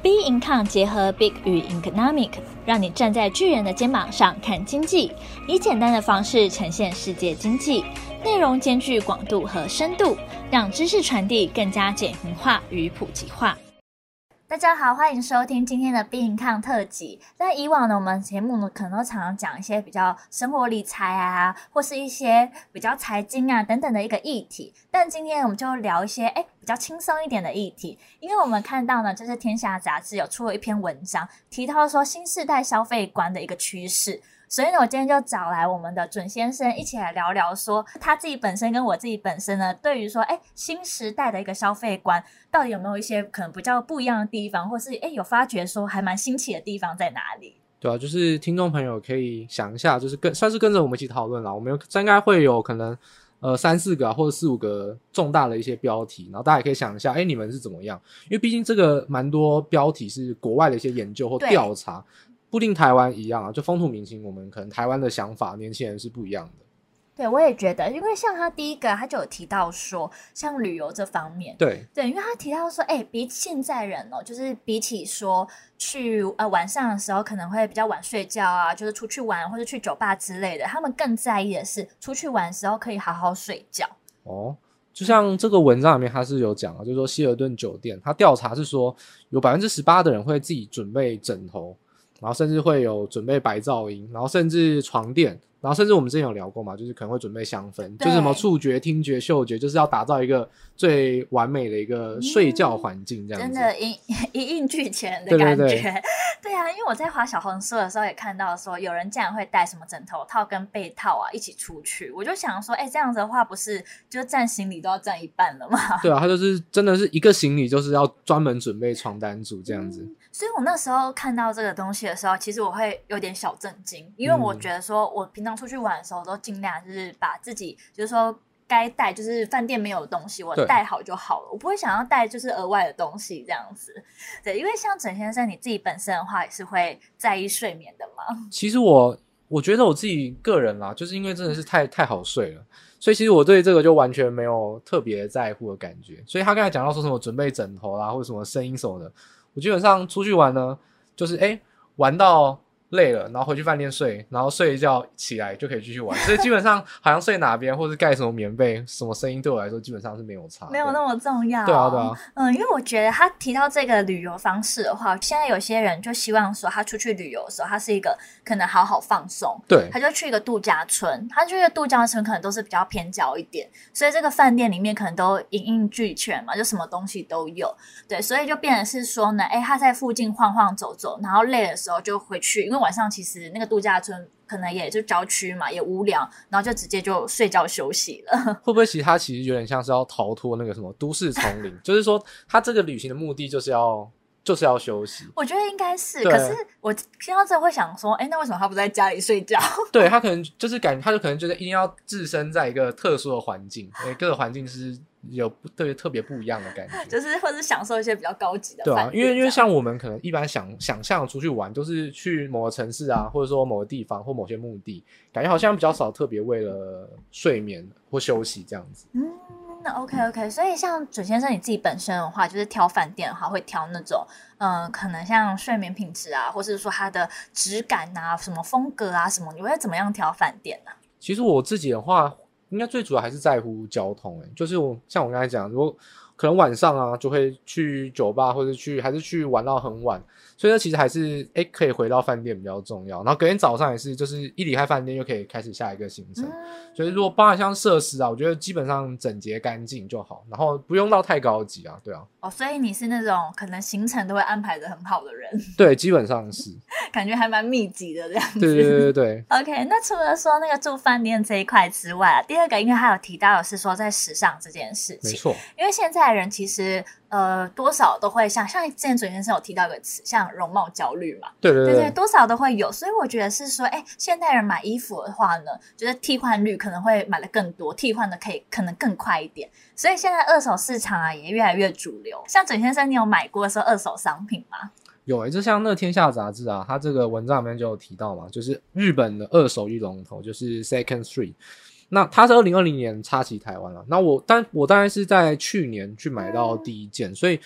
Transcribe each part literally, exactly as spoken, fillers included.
B Income 结合 Big 与 Economic， 让你站在巨人的肩膀上看经济，以简单的方式呈现世界经济，内容兼具广度和深度，让知识传递更加简明化与普及化。大家好，欢迎收听今天的 B Income 特辑。在以往呢，我们节目呢可能都常常讲一些比较生活理财啊，或是一些比较财经啊等等的一个议题。但今天我们就聊一些诶比较轻松一点的议题，因为我们看到呢，就是天下杂志有出了一篇文章，提到说新世代消费观的一个趋势。所以呢，我今天就找来我们的准先生一起来聊聊说他自己本身跟我自己本身呢，对于说哎新时代的一个消费观到底有没有一些可能比较不一样的地方，或是哎有发觉说还蛮新奇的地方在哪里。 对啊，就是听众朋友可以想一下，就是跟算是跟着我们一起讨论啦。我们应该会有可能呃三四个、啊、或者四五个重大的一些标题，然后大家也可以想一下，哎，你们是怎么样？因为毕竟这个蛮多标题是国外的一些研究或调查。不一定台湾一样啊，就风土民情，我们可能台湾的想法，年轻人是不一样的。 对，我也觉得，因为像他第一个，他就有提到说，像旅游这方面， 对对，因为他提到说，哎，比现在人哦，就是比起说去呃晚上的时候可能会比较晚睡觉啊，就是出去玩或者去酒吧之类的，他们更在意的是出去玩的时候可以好好睡觉。 哦，就像这个文章里面他是有讲啊，就是说希尔顿酒店，他调查是说有 百分之十八 的人会自己准备枕头。然后甚至会有准备白噪音，然后甚至床垫，然后甚至我们之前有聊过嘛，就是可能会准备香氛，就是什么触觉、听觉、嗅觉，就是要打造一个最完美的一个睡觉环境，这样子。 真的一一应俱全的感觉。 对对对对啊，因为我在滑小红书的时候也看到说，有人竟然会带什么枕头套跟被套啊一起出去，我就想说，哎，这样子的话，不是就占行李都要占一半了吗？ 对啊，他就是真的是一个行李就是要专门准备床单组这样子。嗯， 所以我那时候看到这个东西的时候，其实我会有点小震惊，因为我觉得说我平常出去玩的时候都尽量就是把自己就是说该带就是饭店没有的东西我带好就好了，我不会想要带就是额外的东西这样子。对，因为像整先生你自己本身的话也是会在意睡眠的吗？ 其实我我觉得我自己个人啦，就是因为真的是太太好睡了，所以其实我对这个就完全没有特别在乎的感觉。所以他刚才讲到说什么准备枕头啦或者什么声音什么的，我基本上出去玩呢就是诶玩到累了，然后回去饭店睡，然后睡一觉起来就可以继续玩，所以基本上好像睡哪边或是盖什么棉被什么声音对我来说基本上是没有差， 没有那么重要。 对啊对啊， 嗯，因为我觉得他提到这个旅游方式的话，现在有些人就希望说他出去旅游的时候他是一个可能好好放松， 对， 他就去一个度假村，他去一个度假村可能都是比较偏郊一点，所以这个饭店里面可能都一应俱全嘛，就什么东西都有。对，所以就变成是说呢，哎，他在附近晃晃走走，然后累的时候就回去，因为晚上其实那个度假村可能也就郊区嘛，也无聊，然后就直接就睡觉休息了。 会不会其实他其实有点像是要逃脱那个什么都市丛林，就是说他这个旅行的目的就是要就是要休息。我觉得应该是，可是我听到这会想说，哎，那为什么他不在家里睡觉？ 对，他可能就是感觉，他就可能觉得一定要置身在一个特殊的环境，因为各个环境是有特别特别不一样的感觉， 就是或者享受一些比较高级的饭店。对啊，因为因为像我们可能一般想想象出去玩，都是去某个城市啊，或者说某个地方或某些目的，感觉好像比较少特别为了睡眠或休息这样子。 嗯。那 OK OK， 所以像准先生你自己本身的话，就是挑饭店的话，会挑那种嗯、呃，可能像睡眠品质啊，或是说它的质感啊，什么风格啊，什么，你会怎么样挑饭店呢、啊？ 其实我自己的话，应该最主要还是在乎交通、欸，就是我像我刚才讲，如果可能晚上啊，就会去酒吧，或者去还是去玩到很晚。所以呢，其实还是诶可以回到饭店比较重要。然后隔天早上也是，就是一离开饭店就可以开始下一个行程。嗯、所以如果包含像设施啊，我觉得基本上整洁干净就好，然后不用到太高级啊，对啊。 哦，所以你是那种可能行程都会安排得很好的人。 对，基本上是。 感觉还蛮密集的这样子。 对对对对对。 OK， 那除了说那个住饭店这一块之外、啊，第二个因为还有提到的是说在时尚这件事情。 没错。 因为现在的人其实呃多少都会像像之前准先生有提到一个词，像容貌焦虑嘛。 对对 对, 对对，多少都会有。所以我觉得是说，哎，现代人买衣服的话呢，就是替换率可能会买的更多，替换的可以可能更快一点。所以现在二手市场啊也越来越主流。像准先生，你有买过说二手商品吗？ 有诶、欸，就像那个天下杂志啊，它这个文章里面就有提到嘛，就是日本的二手一龙头就是 Second Street， 那它是二零二零年插旗台湾了。那我但我大概是在去年去买到第一件，所以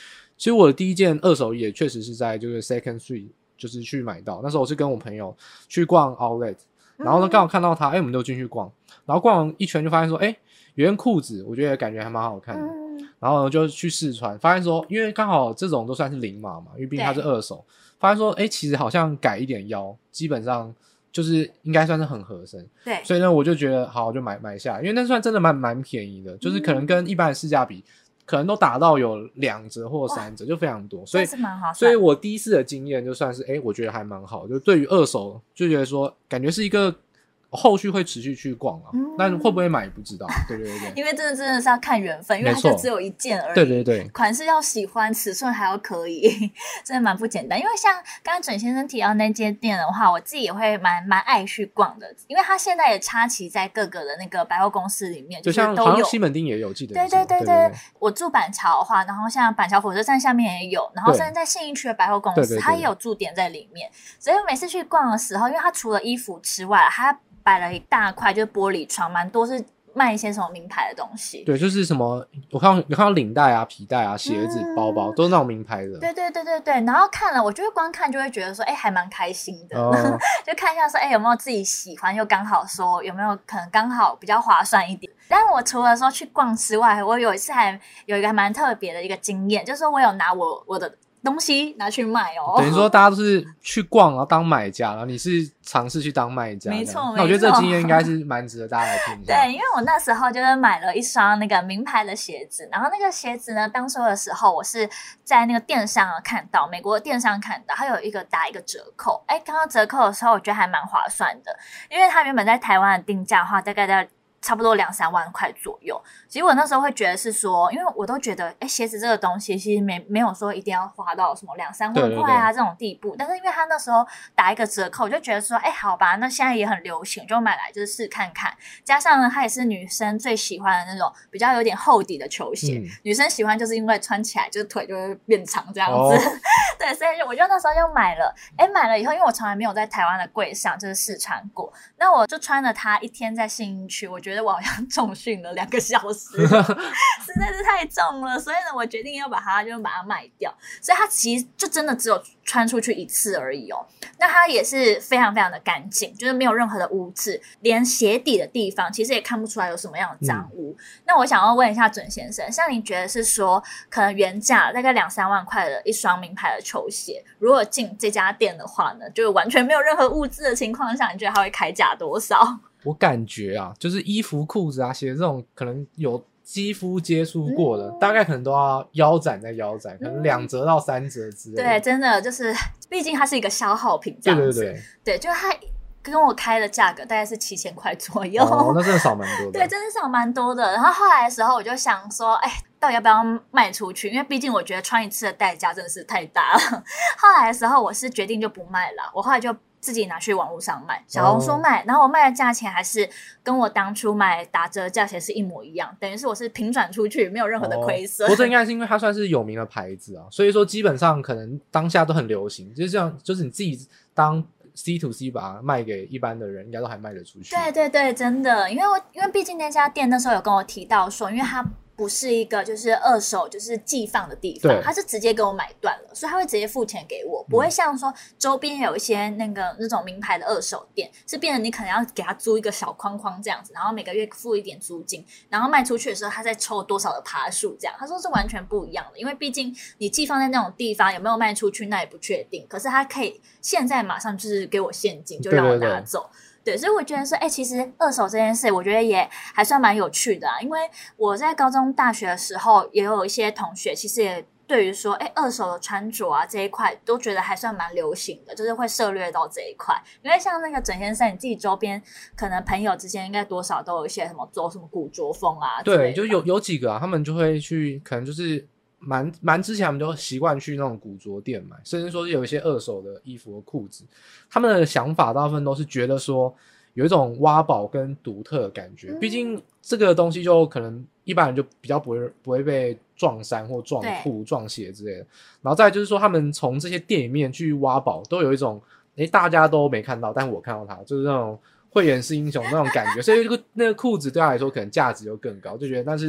其实我的第一件二手也确实是在就是 Second Street 就是去买到，那时候我是跟我朋友去逛 Outlet， 然后呢刚好看到它，哎、欸，我们就进去逛，然后逛完一圈就发现说，哎、欸，有件裤子我觉得感觉还蛮好看的，嗯、然后呢就去试穿，发现说因为刚好这种都算是零码嘛，因为毕竟它是二手，发现说哎、欸，其实好像改一点腰基本上就是应该算是很合身， 对， 所以呢我就觉得好就买买下来，因为那算真的蛮蛮便宜的，就是可能跟一般的市价比、嗯、可能都打到有两折或三折，就非常多，所以是蛮好， 所以我第一次的经验就算是哎、欸，我觉得还蛮好，就对于二手就觉得说感觉是一个后续会持续去逛啊、嗯、但会不会买不知道，对对对， 因为真的真的是要看缘分，因为它就只有一件而已， 对对对， 款式要喜欢，尺寸还要可以，真的蛮不简单。因为像刚刚准先生提到那间店的话，我自己也会蛮蛮爱去逛的，因为它现在也插旗在各个的那个百货公司里面， 就像、 就是、都有， 好像西门町也有，记得对对对 对, 对, 对, 对，我住板桥的话，然后像板桥火车站下面也有，然后甚至在信义区的百货公司，对对对对，它也有驻点在里面，所以我每次去逛的时候，因为它除了衣服之外，它摆了一大块就是玻璃窗，蛮多是卖一些什么名牌的东西。 对，就是什么我看有看到领带啊、皮带啊、鞋子、嗯、包包都是那种名牌的。 对对对对对，然后看了，我就会光看就会觉得说，哎，还蛮开心的。哦、就看一下说，哎，有没有自己喜欢，又刚好说有没有可能刚好比较划算一点。但我除了说去逛之外，我有一次还有一个蛮特别的一个经验，就是说我有拿我我的东西拿去卖哦， 等于说大家都是去逛然后当买家，然后你是尝试去当卖家， 没错。 那我觉得这个经验应该是蛮值得大家来听一下。 对，因为我那时候就是买了一双那个名牌的鞋子，然后那个鞋子呢，当初的时候我是在那个电商看到，美国的电商看到，它有一个打一个折扣，哎，刚刚折扣的时候我觉得还蛮划算的，因为它原本在台湾的定价的话，大概在差不多两三万块左右。其实我那时候会觉得是说，因为我都觉得，哎，鞋子这个东西其实没没有说一定要花到什么两三万块啊这种地步。但是因为他那时候打一个折扣，我就觉得说，哎，好吧，那现在也很流行，就买来就是试看看。加上呢，它也是女生最喜欢的那种比较有点厚底的球鞋。嗯、女生喜欢就是因为穿起来就是腿就会变长这样子。哦、对，所以我就那时候就买了。哎，买了以后，因为我从来没有在台湾的柜上就是试穿过，那我就穿了它一天在信义区，我觉得。觉得我好像重训了两个小时实在是太重了，所以呢我决定要把它就把它卖掉，所以它其实就真的只有穿出去一次而已哦。那它也是非常非常的干净，就是没有任何的污渍，连鞋底的地方其实也看不出来有什么样的脏污、嗯、那我想要问一下准先生，像你觉得是说可能原价大概两三万块的一双名牌的球鞋，如果进这家店的话呢，就完全没有任何污渍的情况下，你觉得它会开价多少？ 我感觉啊，就是衣服、裤子啊、鞋子这种可能有肌肤接触过的、嗯、大概可能都要腰斩再腰斩，可能两折到三折之类的、嗯、对， 真的就是毕竟它是一个消耗品这样子。 对对对对，就是它跟我开的价格大概是七千块左右。 哦，那真的少蛮多的。 对，真的少蛮多的。然后后来的时候我就想说，哎，到底要不要卖出去，因为毕竟我觉得穿一次的代价真的是太大了。后来的时候我是决定就不卖了，我后来就自己拿去网络上卖，小红书卖、哦、然后我卖的价钱还是跟我当初买打折的价钱是一模一样，等于是我是平转出去，没有任何的亏损。 不过这应该是因为它算是有名的牌子啊，所以说基本上可能当下都很流行，就是这样，就是你自己当 C to C 把它卖给一般的人应该都还卖得出去。 对对对，真的，因为我因为毕竟那家店那时候有跟我提到说，因为它不是一个就是二手就是寄放的地方，他是直接给我买断了，所以他会直接付钱给我，不会像说周边有一些那个那种名牌的二手店，是变成你可能要给他租一个小框框这样子，然后每个月付一点租金，然后卖出去的时候他再抽多少的趴数这样。他说是完全不一样的，因为毕竟你寄放在那种地方有没有卖出去那也不确定，可是他可以现在马上就是给我现金就让我拿走。对对对对，所以我觉得说，哎，其实二手这件事，我觉得也还算蛮有趣的啊。因为我在高中、大学的时候，也有一些同学，其实也对于说，哎，二手的穿着啊这一块，都觉得还算蛮流行的，就是会涉猎到这一块。因为像那个准先生，你自己周边可能朋友之间应该多少都有一些什么走什么古着风啊之类的。 对，就有有几个啊，他们就会去，可能就是。蛮蛮之前他们就习惯去那种古着店买，甚至说是有一些二手的衣服和裤子，他们的想法大部分都是觉得说有一种挖宝跟独特的感觉，毕竟这个东西就可能一般人就比较不会不会被撞衫或撞裤撞鞋之类的，然后再来就是说他们从这些店里面去挖宝都有一种诶大家都没看到但我看到它，就是那种慧眼识英雄那种感觉所以那个裤子对他来说可能价值就更高，就觉得那是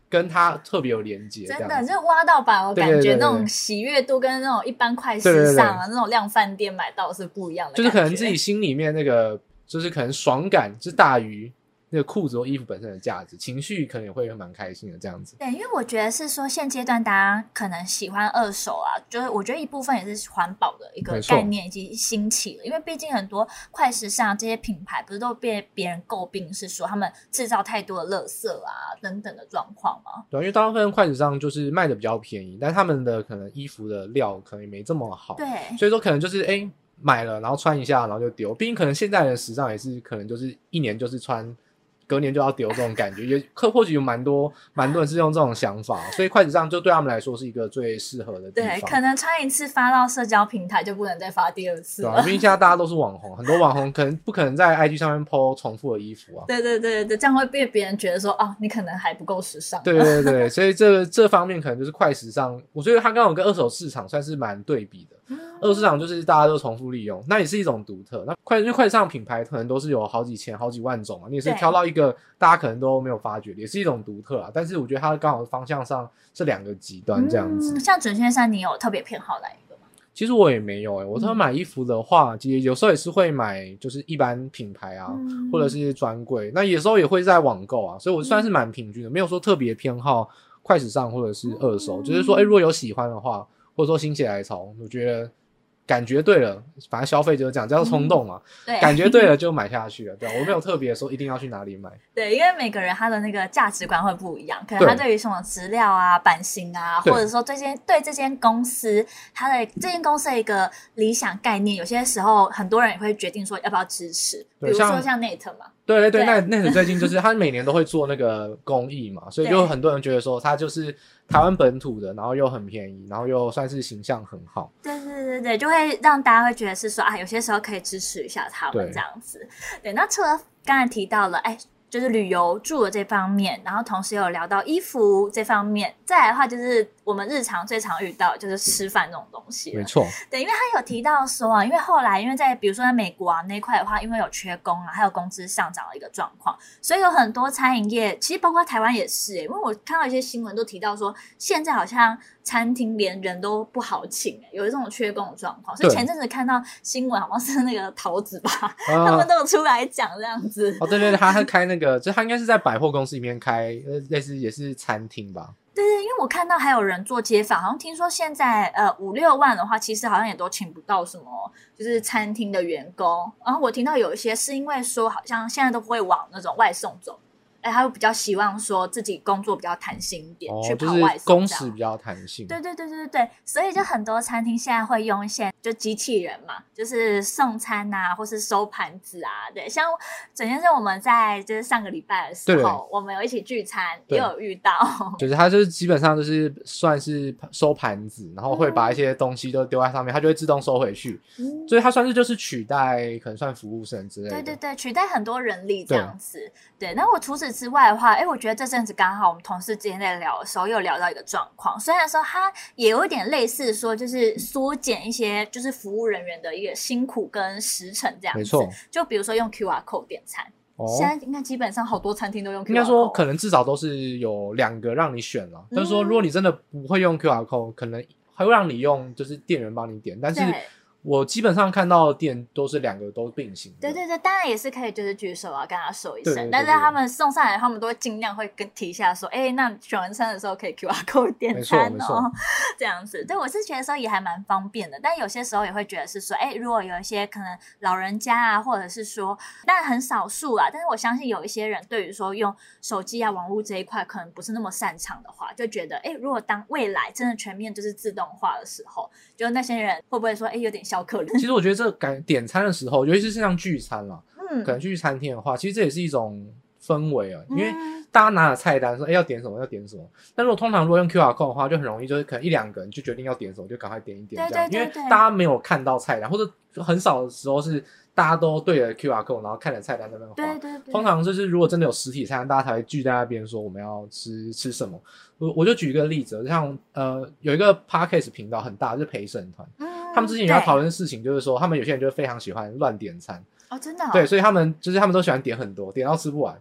跟它特别有连接， 真的就挖到宝，我感觉对对对对那种喜悦度跟那种一般快时尚啊，对对对对那种量贩店买到是不一样的感觉， 就是可能自己心里面那个就是可能爽感是大于那个裤子或衣服本身的价值，情绪可能也会蛮开心的这样子。 对，因为我觉得是说现阶段大家可能喜欢二手啊，就是我觉得一部分也是环保的一个概念以及兴起了，因为毕竟很多快时尚这些品牌不是都被别人诟病是说他们制造太多的垃圾啊等等的状况吗？ 对，因为大部分快时尚就是卖的比较便宜，但他们的可能衣服的料可能也没这么好， 对， 所以说可能就是哎买了然后穿一下然后就丢，毕竟可能现在的时尚也是可能就是一年就是穿隔年就要丢这种感觉，也或许有蛮多蛮多人是用这种想法，所以快时尚就对他们来说是一个最适合的地方。 对，可能穿一次发到社交平台就不能再发第二次了。 对啊，因为现在大家都是网红，很多网红可能不可能在 I G 上面 po 重复的衣服啊。 对对对对，这样会被别人觉得说哦，你可能还不够时尚。 对对对，所以这这方面可能就是快时尚，我觉得它刚好跟二手市场算是蛮对比的。嗯、二手市场就是大家都重复利用，那也是一种独特。那快因为快时尚品牌可能都是有好几千、好几万种啊，你也是挑到一个大家可能都没有发觉，也是一种独特啊。但是我觉得它刚好方向上是两个极端这样子。 嗯、像准先生，你有特别偏好哪一个吗？ 其实我也没有诶、欸，我特别买衣服的话，嗯、其实有时候也是会买就是一般品牌啊，嗯、或者是专柜。那有时候也会在网购啊，所以我算是蛮平均的，没有说特别偏好快时尚或者是二手。嗯、就是说，哎、欸，如果有喜欢的话，或者说心血来潮，我觉得。感觉对了，反正消费就是这样，叫冲动嘛、嗯。对，感觉对了就买下去了。对，我没有特别说一定要去哪里买。 对，因为每个人他的那个价值观会不一样，可能他对于什么质料啊、版型啊，或者说这间对这间公司，他的这间公司的一个理想概念，有些时候很多人也会决定说要不要支持。比如说像 Net 嘛。 对对对，那 Net 最近就是他每年都会做那个公益嘛，所以就很多人觉得说他就是台湾本土的，然后又很便宜，然后又算是形象很好。 对对对对，就会让大家会觉得是说啊，有些时候可以支持一下他们这样子。对，那除了刚才提到了，哎。就是旅游住的这方面，然后同时有聊到衣服这方面，再来的话就是我们日常最常遇到就是吃饭这种东西。 没错， 对，因为他有提到说啊，因为后来因为在比如说在美国啊那一块的话，因为有缺工啊，还有工资上涨的一个状况，所以有很多餐饮业，其实包括台湾也是、欸，因为我看到一些新闻都提到说，现在好像餐厅连人都不好请、欸，有这种缺工的状况。所以前阵子看到新闻，好像是那个桃子吧，啊、他们都有出来讲这样子。 哦，对对对，他他开那个，就他应该是在百货公司里面开，类似也是餐厅吧。 对对，因为我看到还有人做街访，好像听说现在呃五六万的话，其实好像也都请不到什么就是餐厅的员工。然后我听到有一些是因为说，好像现在都不会往那种外送走。哎，他会比较希望说自己工作比较弹性一点，哦、去跑外送， 就是工时比较弹性。 对对对对对对，所以就很多餐厅现在会用一些就机器人嘛，就是送餐啊，或是收盘子啊。对，像整件事我们在就是上个礼拜的时候，对对我们有一起聚餐，也有遇到。 就是他就是基本上就是算是收盘子，然后会把一些东西都丢在上面，他就会自动收回去。嗯、所以他算是就是取代可能算服务生之类的。 对对对，取代很多人力这样子。对，那我除此之外的话，哎，我觉得这阵子刚好我们同事之前在聊的时候，又聊到一个状况。虽然说它也有一点类似说，就是缩减一些就是服务人员的一个辛苦跟时程这样子。 没错。 就比如说用 Q R code 点餐，哦、现在应该基本上好多餐厅都用 Q R code。 应该说可能至少都是有两个让你选了。但是说如果你真的不会用 Q R code，、嗯、可能还会让你用就是店员帮你点，但是。我基本上看到的店都是两个都并行的。 对对对，当然也是可以就是举手啊跟他说一声，对对对对，但是他们送上来他们都会尽量会跟提一下说，哎，那选完餐的时候可以 Q R code 点餐哦，这样子。对，我是觉得说也还蛮方便的，但有些时候也会觉得是说，哎，如果有一些可能老人家啊，或者是说但很少数啦，但是我相信有一些人对于说用手机啊网络这一块可能不是那么擅长的话，就觉得哎，如果当未来真的全面就是自动化的时候，就那些人会不会说哎有点小可怜。 其实我觉得这个点餐的时候，尤其是像聚餐啦，嗯，可能去餐厅的话，其实这也是一种氛围啊，因为大家拿着菜单说，哎，要点什么要点什么。但如果通常如果用 Q R code 的话，就很容易就是可能一两个人就决定要点什么，就赶快点一点这样， 对对对对， 因为大家没有看到菜单，或者很少的时候是大家都对着 Q R code， 然后看着菜单在那边滑。 对对对。 通常就是如果真的有实体菜单，大家才会聚在那边说我们要吃吃什么。我我就举一个例子，像呃有一个 Podcast 频道很大，就是陪审团。嗯他们之前有要讨论的事情，就是说他们有些人就非常喜欢乱点餐哦，真的、哦、 对，所以他们就是他们都喜欢点很多，点到吃不完。嗯，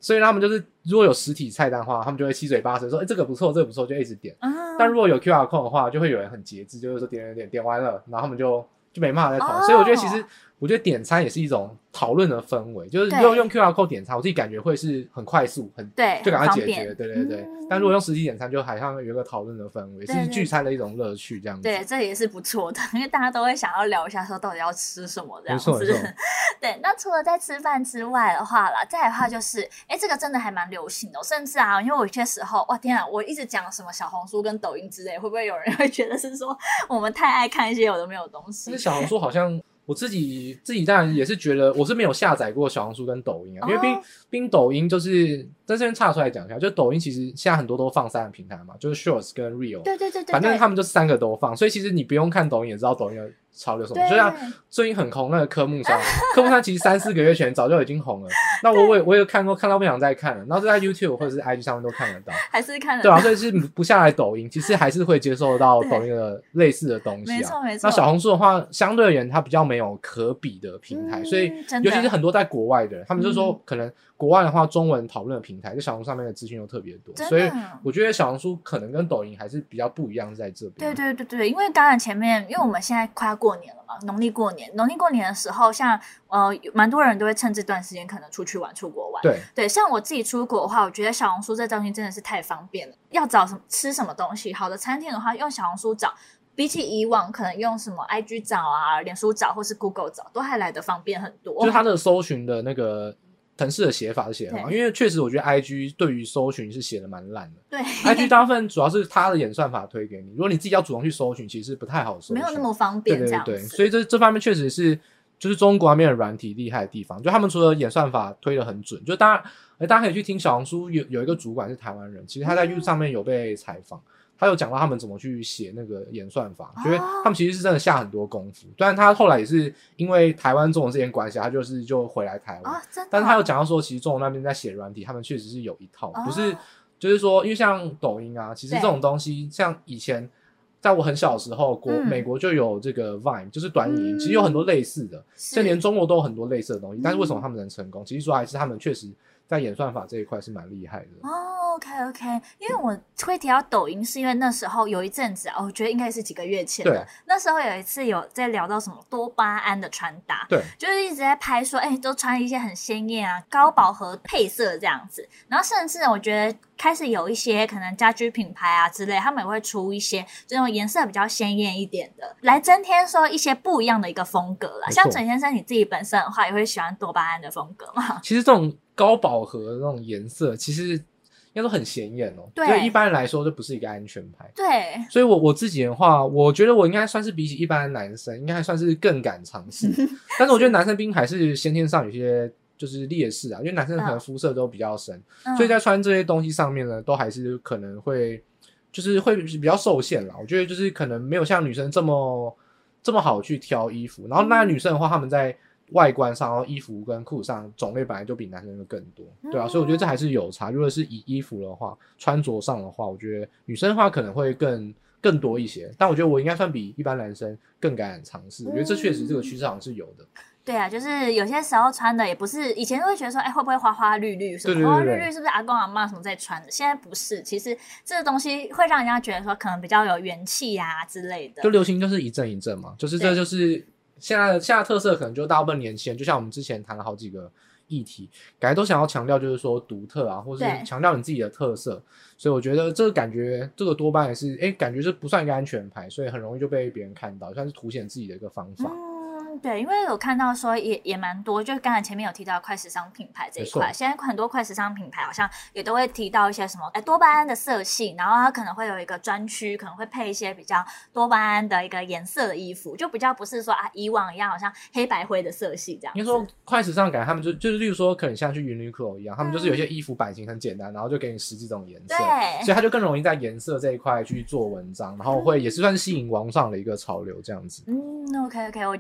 所以他们就是如果有实体菜单的话，他们就会七嘴八舌说，哎、欸，这个不错，这个不错，就一直点。嗯、但如果有 Q R code 的话，就会有人很节制，就是说点点点点完了，然后他们就就没办法再讨论。哦、所以我觉得其实，我觉得点餐也是一种讨论的氛围，就是用用 Q R code 点餐，我自己感觉会是很快速，很对， 就赶快解决。对对对。嗯、但如果用实体点餐，就好像有一个讨论的氛围，是聚餐的一种乐趣，这样子。 对，这也是不错的，因为大家都会想要聊一下，说到底要吃什么这样子。 没错没错。 对，那除了在吃饭之外的话啦，再来的话就是，哎，这个真的还蛮流行的、哦，甚至啊，因为我有些时候，哇天啊，我一直讲什么小红书跟抖音之类，会不会有人会觉得是说我们太爱看一些有的没有的东西？ 但是小红书好像。我自己自己当然也是觉得，我是没有下载过小红书跟抖音啊，因为并并抖音就是在这边岔出来讲一下，就抖音其实现在很多都放三个平台嘛，就是 Shorts 跟 Reel， 对对对 对， 反正他们就三个都放，所以其实你不用看抖音也知道抖音的潮流什么。就像最近很红那个科目三，科目三其实三四个月前早就已经红了，那我也我也看过，看到不想再看了，然后就在 YouTube 或者是 I G 上面都看得到， 还是看得到， 对啊，所以是不下来抖音，其实还是会接受到抖音的类似的东西啊。 没错没错。 那小红书的话，相对而言它比较没有可比的平台，嗯、所以尤其是很多在国外的人，他们就说、嗯、可能国外的话，中文讨论的平台在小红书上面的资讯又特别多，所以我觉得小红书可能跟抖音还是比较不一样在这边。 对对对对，因为刚才前面，因为我们现在快要过年了嘛，农历过年，农历过年的时候，像呃蛮多人都会趁这段时间可能出去玩，出国玩。 对对，像我自己出国的话，我觉得小红书这东西真的是太方便了。要找什么吃什么东西，好的餐厅的话，用小红书找。比起以往可能用什么 I G 找啊、脸书找或是 Google 找都还来得方便很多， 就是它的搜寻的那个程式的写法是写得很好，因为确实我觉得 I G 对于搜寻是写的蛮烂的。 对 I G 大部分主要是它的演算法推给你，如果你自己要主动去搜寻，其实不太好搜寻， 没有那么方便这样子。 对对对，所以这这方面确实是就是中国那边的软体厉害的地方，就他们除了演算法推得很准，就大家大家可以去听小红书有有一个主管是台湾人，其实他在 YouTube 上面有被采访。嗯，他有讲到他们怎么去写那个演算法，觉得他们其实是真的下很多功夫。虽然他后来也是因为台湾中文这件关系，他就是就回来台湾，哦，但是他有讲到说，其实中文那边在写软体，他们确实是有一套，哦，不是就是说，因为像抖音啊，其实这种东西，像以前在我很小的时候，国、嗯、美国就有这个 Vine， 就是短影音，嗯，其实有很多类似的，甚至连中国都有很多类似的东西。但是为什么他们能成功？其实说还是他们确实在演算法这一块是蛮厉害的。 哦，OK OK， 因为我会提到抖音，是因为那时候有一阵子啊，我觉得应该是几个月前的。那时候有一次有在聊到什么多巴胺的穿搭， 对， 就是一直在拍说，哎，欸，都穿一些很鲜艳啊、高饱和配色这样子。然后甚至我觉得开始有一些可能家居品牌啊之类，他们也会出一些这种颜色比较鲜艳一点的，来增添说一些不一样的一个风格啦。像陈先生你自己本身的话，也会喜欢多巴胺的风格吗？ 其实这种高饱和的那种颜色，其实应该说很显眼哦。 对， 所以一般人来说，就不是一个安全牌。 对， 所以我我自己的话，我觉得我应该算是比起一般的男生，应该还算是更敢尝试。但是我觉得男生兵还是先天上有些就是劣势啊，因为男生可能肤色都比较深，嗯，所以在穿这些东西上面呢，都还是可能会就是会比较受限啦。我觉得就是可能没有像女生这么这么好去挑衣服。然后那女生的话，他们在外观上，然后衣服跟裤子上种类本来就比男生的更多，对啊，所以我觉得这还是有差。如果是以衣服的话，穿着上的话，我觉得女生的话可能会更更多一些，但我觉得我应该算比一般男生更敢尝试。我觉得这确实这个趋势好像是有的。 对啊，就是有些时候穿的也不是以前都会觉得说，哎，会不会花花绿绿什么？ 对对对对， 花花绿绿是不是阿公阿嬷什么在穿的？现在不是，其实这个东西会让人家觉得说，可能比较有元气啊之类的。 就流行就是一阵一阵嘛，就是这就是现在的现在的特色，可能就大部分年轻人，就像我们之前谈了好几个议题，感觉都想要强调就是说独特啊，或是强调你自己的特色。所以我觉得这个感觉，这个多半也是，哎，感觉这不算一个安全牌，所以很容易就被别人看到，算是凸显自己的一个方法。 嗯，对，因为有看到说也也蛮多，就刚才前面有提到快时尚品牌这一块，现在很多快时尚品牌好像也都会提到一些什么哎多巴胺的色系，然后它可能会有一个专区，可能会配一些比较多巴胺的一个颜色的衣服，就比较不是说啊以往一样好像黑白灰的色系这样子。 应该说快时尚感，他们就就是例如说可能像去 Uniqlo 一样，他们就是有些衣服版型很简单，然后就给你十几种颜色， 对， 所以它就更容易在颜色这一块去做文章，然后会也是算是吸引网上的一个潮流这样子。 嗯 ，OK OK， 我觉得说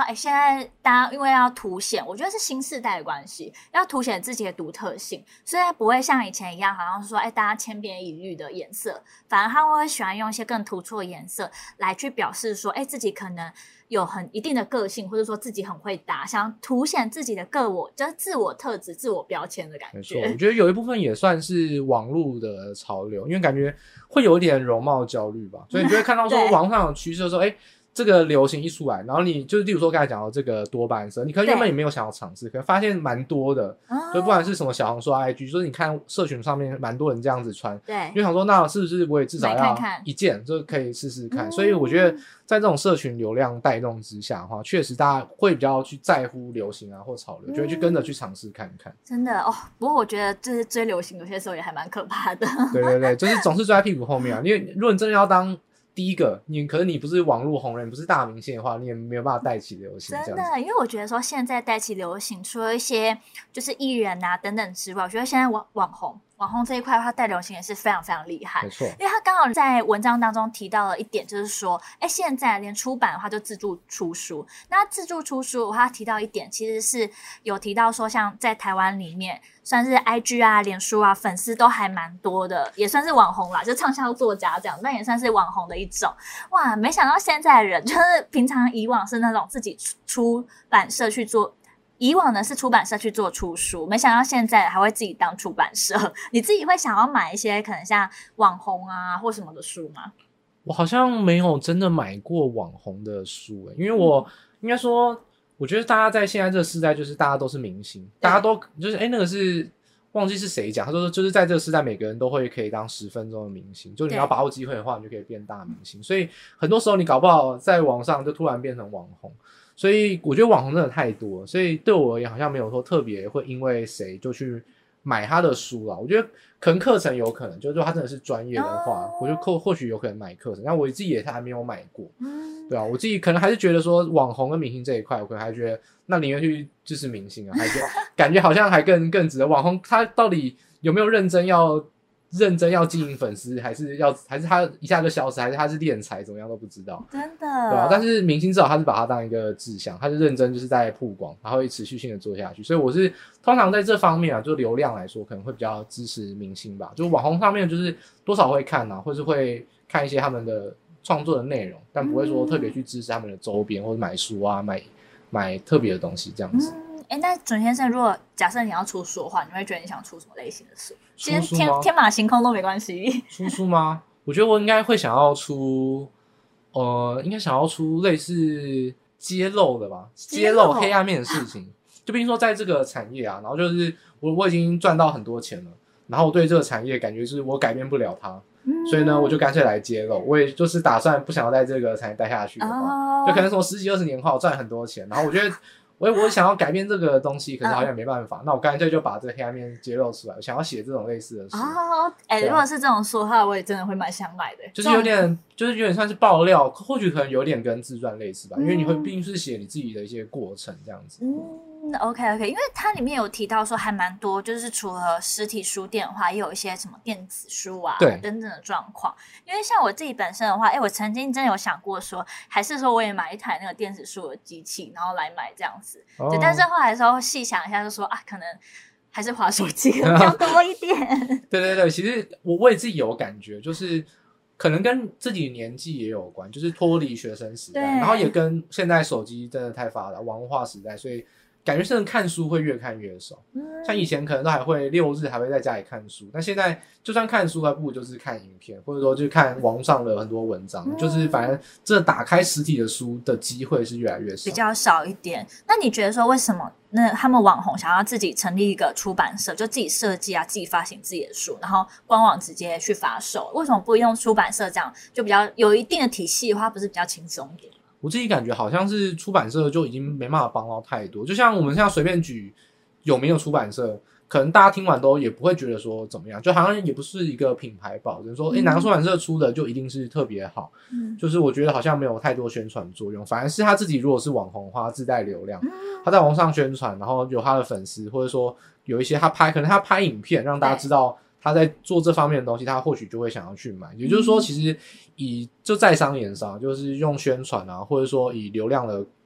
哎，现在大家因为要凸显，我觉得是新世代的关系，要凸显自己的独特性，所以不会像以前一样，好像说，哎，大家千篇一律的颜色，反而他们会喜欢用一些更突出的颜色来去表示说，哎，自己可能有很一定的个性，或者说自己很会打，想凸显自己的个我，就是自我特质、自我标签的感觉。 没错，我觉得有一部分也算是网络的潮流，因为感觉会有一点容貌焦虑吧，所以你就会看到说网上有趋势的时候，哎。这个流行一出来，然后你就是例如说刚才讲到这个多半色，你可能原本也没有想要尝试，可能发现蛮多的，就不管是什么小红书 I G， 就是你看社群上面蛮多人这样子穿， 对， 就想说那是不是我也至少要一件，就可以试试看、嗯、所以我觉得在这种社群流量带动之下的话，确实大家会比较去在乎流行啊或潮流，就会去跟着去尝试看看、嗯、 真的哦。不过我觉得就是追流行有些时候也还蛮可怕的。 对对对，就是总是追在屁股后面啊，因为如果你真的要当第一个，你可是你不是网络红人，不是大明星的话，你也没有办法带起流行。 真的，因为我觉得说现在带起流行，除了一些就是艺人啊等等之外，我觉得现在网网红。网红这一块的话，带流行也是非常非常厉害， 没错。 因为他刚好在文章当中提到了一点，就是说，哎，现在连出版的话就自助出书。那自助出书的话，他提到一点，其实是有提到说，像在台湾里面，算是 I G 啊、脸书啊，粉丝都还蛮多的，也算是网红啦，就畅销作家这样，那也算是网红的一种。哇，没想到现在的人就是平常以往是那种自己出版社去做。以往呢是出版社去做出书，没想到现在还会自己当出版社。你自己会想要买一些可能像网红啊或什么的书吗？ 我好像没有真的买过网红的书、欸、因为我、嗯、应该说我觉得大家在现在这个时代就是大家都是明星，大家都就是哎、欸、那个是忘记是谁讲，他说就是在这个时代每个人都会可以当十分钟的明星，就你要把握机会的话你就可以变大明星，所以很多时候你搞不好在网上就突然变成网红，所以我觉得网红真的太多了，所以对我而言好像没有说特别会因为谁就去买他的书啦。我觉得可能课程有可能，就是说他真的是专业的话， oh. 我就或或许有可能买课程，但我自己也还没有买过。嗯，对啊，我自己可能还是觉得说网红跟明星这一块，我可能还觉得那宁愿去支持明星啊，还是感觉好像还更更值得。网红他到底有没有认真要？认真要经营粉丝，还是要还是他一下就消失，还是他是敛财，怎么样都不知道， 真的， 对吧、啊？但是明星至少他是把它当一个志向，他是认真就是在曝光，然后会持续性的做下去。所以我是通常在这方面啊，就流量来说，可能会比较支持明星吧。就网红上面就是多少会看啊，或是会看一些他们的创作的内容，但不会说特别去支持他们的周边、嗯、或者买书啊，买买特别的东西这样子。嗯哎，那准先生，如果假设你要出书的话，你会觉得你想出什么类型的书？ 出书吗？ 今天天天马行空都没关系。 出书吗？我觉得我应该会想要出，呃，应该想要出类似揭露的吧，揭露黑暗面的事情。就比如说在这个产业啊，然后就是我我已经赚到很多钱了，然后我对这个产业感觉是我改变不了它。嗯、所以呢，我就干脆来揭露。我也就是打算不想要在这个产业待下去的话，哦、就可能从十几二十年后赚很多钱，然后我觉得。我我想要改变这个东西，可是好像没办法。嗯、那我干脆就把这个黑暗面揭露出来。我想要写这种类似的书。 哦，哎、欸，如果是这种书的话，我也真的会蛮想买的。 就是有点，就是有点算是爆料，或许可能有点跟自传类似吧，嗯、因为你会毕竟是写你自己的一些过程这样子。 嗯 ，OK OK， 因为它里面有提到说还蛮多，就是除了实体书店的话，也有一些什么电子书啊， 对等等的状况。因为像我自己本身的话，哎、欸，我曾经真的有想过说，还是说我也买一台那个电子书的机器，然后来买这样子。Oh. 对，但是后来的时候细想一下，就说啊，可能还是滑手机比较多一点。 对对对，其实我我也自己有感觉，就是可能跟自己年纪也有关，就是脱离学生时代，然后也跟现在手机真的太发达，网络化时代，所以感觉真的看书会越看越少。嗯、像以前可能都还会六日还会在家里看书，但现在就算看书还不如就是看影片，或者说就看网上的很多文章，嗯、就是反正这打开实体的书的机会是越来越少， 比较少一点。那你觉得说为什么那他们网红想要自己成立一个出版社，就自己设计啊，自己发行自己的书，然后官网直接去发售？为什么不用出版社这样就比较有一定的体系的话，不是比较轻松一点？ 我自己感觉好像是出版社就已经没办法帮到太多，就像我们现在随便举有没有出版社，可能大家听完都也不会觉得说怎么样，就好像也不是一个品牌保证说，诶、嗯、哪个出版社出的就一定是特别好，嗯，就是我觉得好像没有太多宣传作用，反而是他自己如果是网红的话，他自带流量，他在网上宣传，然后有他的粉丝，或者说有一些他拍，可能他拍影片让大家知道他在做这方面的东西，他或许就会想要去买。也就是说，其实以就在商言商，就是用宣传啊，或者说以流量的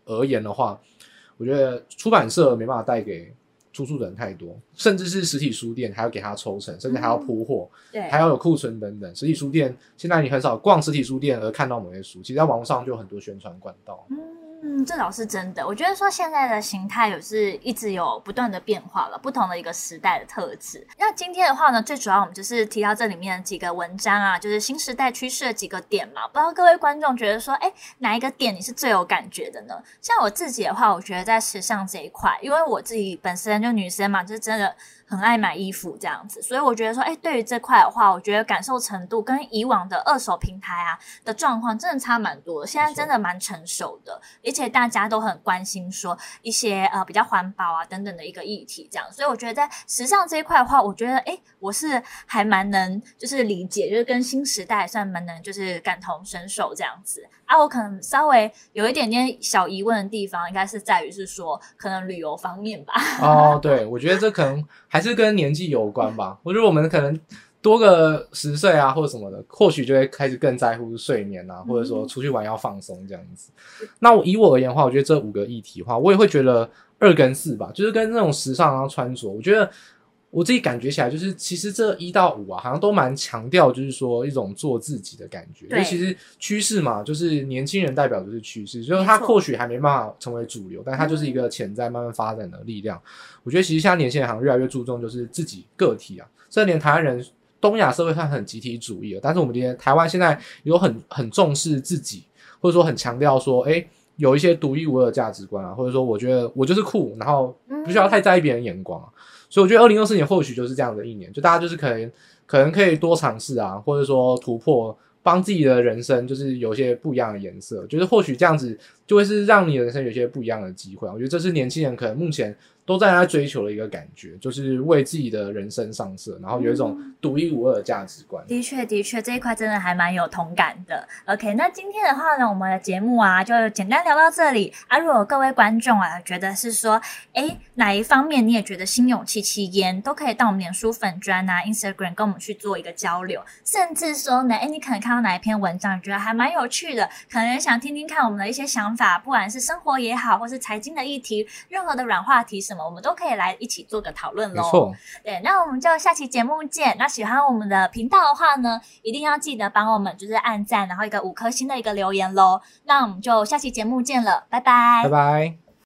而言的话，我觉得出版社没办法带给出书的人太多，甚至是实体书店还要给他抽成，甚至还要铺货、嗯、对，还要有库存等等。实体书店现在你很少逛实体书店而看到某些书，其实在网络上就有很多宣传管道。 嗯，这倒是真的。我觉得说现在的形态有是一直有不断的变化了，不同的一个时代的特质。那今天的话呢，最主要我们就是提到这里面几个文章啊，就是新时代趋势的几个点嘛。不知道各位观众觉得说，哎，哪一个点你是最有感觉的呢？像我自己的话，我觉得在时尚这一块，因为我自己本身就女生嘛，就是真的很爱买衣服这样子，所以我觉得说，哎，对于这块的话，我觉得感受程度跟以往的二手平台啊的状况真的差蛮多的，现在真的蛮成熟的，而且大家都很关心说一些呃比较环保啊等等的一个议题这样，所以我觉得在时尚这一块的话，我觉得哎，我是还蛮能就是理解，就是跟新时代算蛮能就是感同身受这样子啊。我可能稍微有一点点小疑问的地方，应该是在于是说可能旅游方面吧。 哦，对，我觉得这可能还是跟年纪有关吧。我觉得我们可能多个十岁啊或者什么的，或许就会开始更在乎睡眠啊，或者说出去玩要放松这样子、嗯、那我以我而言的话，我觉得这五个议题的话，我也会觉得二跟四吧，就是跟那种时尚啊穿着，我觉得我自己感觉起来就是其实这一到五啊好像都蛮强调就是说一种做自己的感觉，因为其实趋势嘛，就是年轻人代表就是趋势，就是它或许还没办法成为主流，但它就是一个潜在慢慢发展的力量、嗯、我觉得其实现在年轻人好像越来越注重就是自己个体啊，甚至连台湾人东亚社会上很集体主义了，但是我们连台湾现在有很很重视自己，或者说很强调说诶有一些独一无二的价值观啊，或者说我觉得我就是酷，然后不需要太在意别人眼光啊，所以我觉得二零二四年或许就是这样的一年，就大家就是可能可能可以多尝试啊，或者说突破，帮自己的人生就是有一些不一样的颜色，就是或许这样子就会是让你的人生有一些不一样的机会。我觉得这是年轻人可能目前都在在追求的一个感觉，就是为自己的人生上色，然后有一种独一无二的价值观、嗯、 的确的确这一块真的还蛮有同感的。 OK， 那今天的话呢，我们的节目啊就简单聊到这里啊。如果各位观众啊觉得是说诶哪一方面你也觉得心有戚戚焉，都可以到我们脸书粉专啊 Instagram 跟我们去做一个交流，甚至说呢诶你可能看到哪一篇文章你觉得还蛮有趣的，可能想听听看我们的一些想法，不管是生活也好或是财经的议题，任何的软话题什么我们都可以来一起做个讨论咯。 没错， 对，那我们就下期节目见。那喜欢我们的频道的话呢，一定要记得帮我们就是按赞，然后一个五颗星的一个留言咯。那我们就下期节目见了，拜拜， 拜拜。